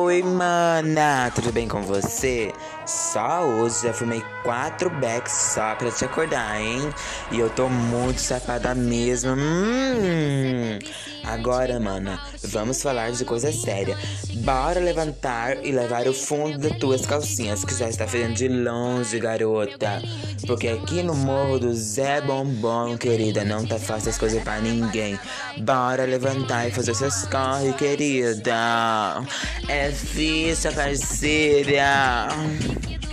Oi, mana, tudo bem com você? Só hoje já fumei 4 backs só pra te acordar, hein? E eu tô muito safada mesmo. Agora, mana, vamos falar de coisa séria. Bora levantar e levar o fundo das tuas calcinhas, que já está fedendo de longe, garota. Porque aqui no Morro do Zé Bombom, querida, não tá fácil as coisas pra ninguém. Bora levantar e fazer seus corre, querida. É ficha, parceira.